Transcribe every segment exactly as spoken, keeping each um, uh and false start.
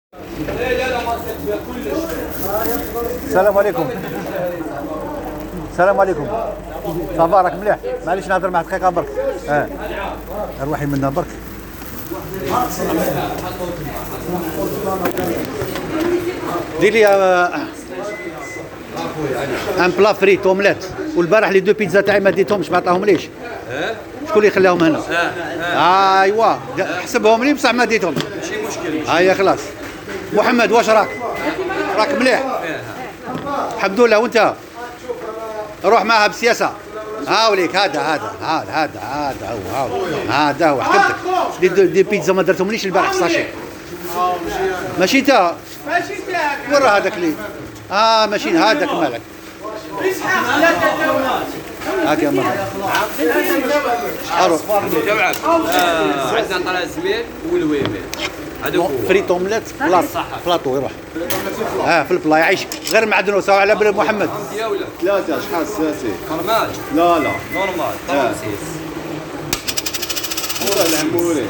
السلام عليكم. السلام عليكم. صافا راك مليح؟ معليش نهضر مع دقيقه برك. اه روحي منا برك. دير لي ان بلا فريت اومليت، والبارح لي دو بيتزا تاعي ما ديتهمش، ما عطاهمليش. شكون اللي خلاهم هنا؟ اه ايوا حسبهم لي بصح ما ديتهم. ماشي مشكل. هيا خلاص. محمد واش راك؟ راك مليح؟ الحمد لله. وانت؟ روح معها بالسياسه. ها وليك هذا هذا هذا هذا هذا هو هذا هو حكمتك. دي, دي بيتزا ما درتهمليش البارح في الساشي. ماشي انت؟ ماشي تاعك. ورا هذاك اللي اه ماشي هذاك مالك. اسحق لا تتوات. هاكا مرة. اروح تبعك. عندنا طلع الزميل والويمين. هذوك فريت اومليت بلاط بلاطو يروح. اه في البلا يعيشك غير معدنوس على بن محمد. يا ولا ثلاثة شحال ساسي؟ فرماج. لا لا نورمال طرابلسيس. هو العموري.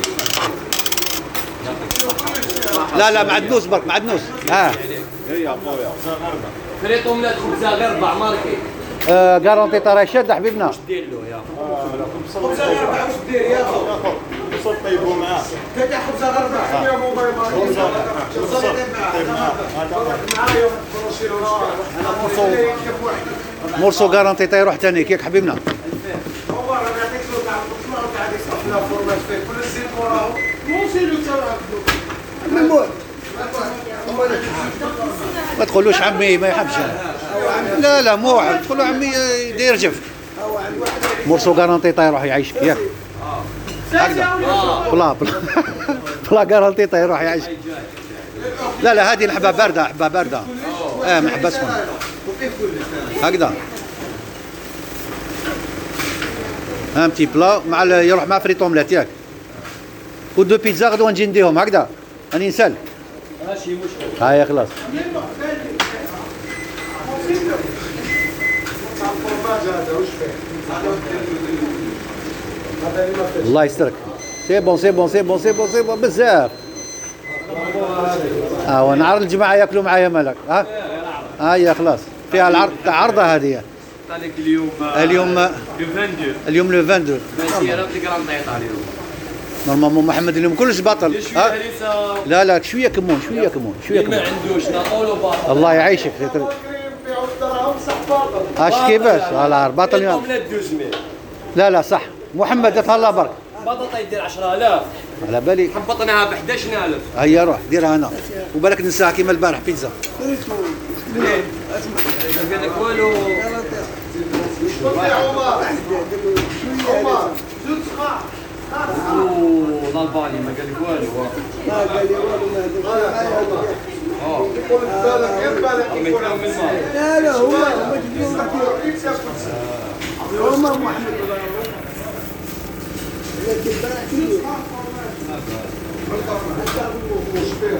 لا لا معدنوس برك معدنوس. اه هي خويا. فريت اومليت خبزه غير ربع ماركي. آه كارونتي طراي شاده حبيبنا. دير له يا خبزه غير ربع واش دير يا خو؟ وصل طيبوا معاه. تاع خبزه غير ربع يا موبايل خبزه طيب معاه. معايا مورسو كارونتي طاي روح ثاني كيك حبيبنا. هو راه نعطيك صوت تاع القسمه وتاع ديك صافي فورماج فيه كل الزين وراه موسي لو تاع ما تقولوش عمي ما يحبش. لا لا مو واحد تقول له عمي يدير جف. مورسو كارونتي طاي روح يعيشك ياك. هكذا بلا بلا بلا كارونتي طاي روح يعيشك. لا لا هذه نحبها بارده نحبها بارده. اه ما حبها سخونه. هكذا ان بتي بلا مع يروح مع فريت اومليت ياك. ودو بيتزا غدوه نجي نديهم هكذا راني نسال. ماشي مشكل. هايا خلاص. الله يسترك. سي بون سي بون سي بون سي بون سي بون بزاف. اه ونعرض الجماعه ياكلوا معايا مالك. ها هايا خلاص فيها العرض تاع عرضه هذه. عليك اليوم اليوم لو اثنين اليوم لو اثنين وعشرين. ماشي انا بدي قرا نعيط عليهم. نورمالمون محمد اليوم كلش باطل. ها لا لا شويه كمون شويه كمون شويه ما كمون. عندوش نقولوا باطل. الله يعيشك. اش كيفاش؟ على باطل يوم. اومليت دوز ميل. لا لا صح محمد تهلا برك. بطاطا يدير عشرة آلاف. على بالي. حبطناها ب احد عشر ألف. هيا روح ديرها هنا وبالك ننساها كيما البارح بيتزا. قال لك والو. عمر زوج صقاع اوه ضرباني ما قال لك والو. ما قال لي والو ما اه يقول بالك غير بالك يقول لا لا هو هما محمد لكن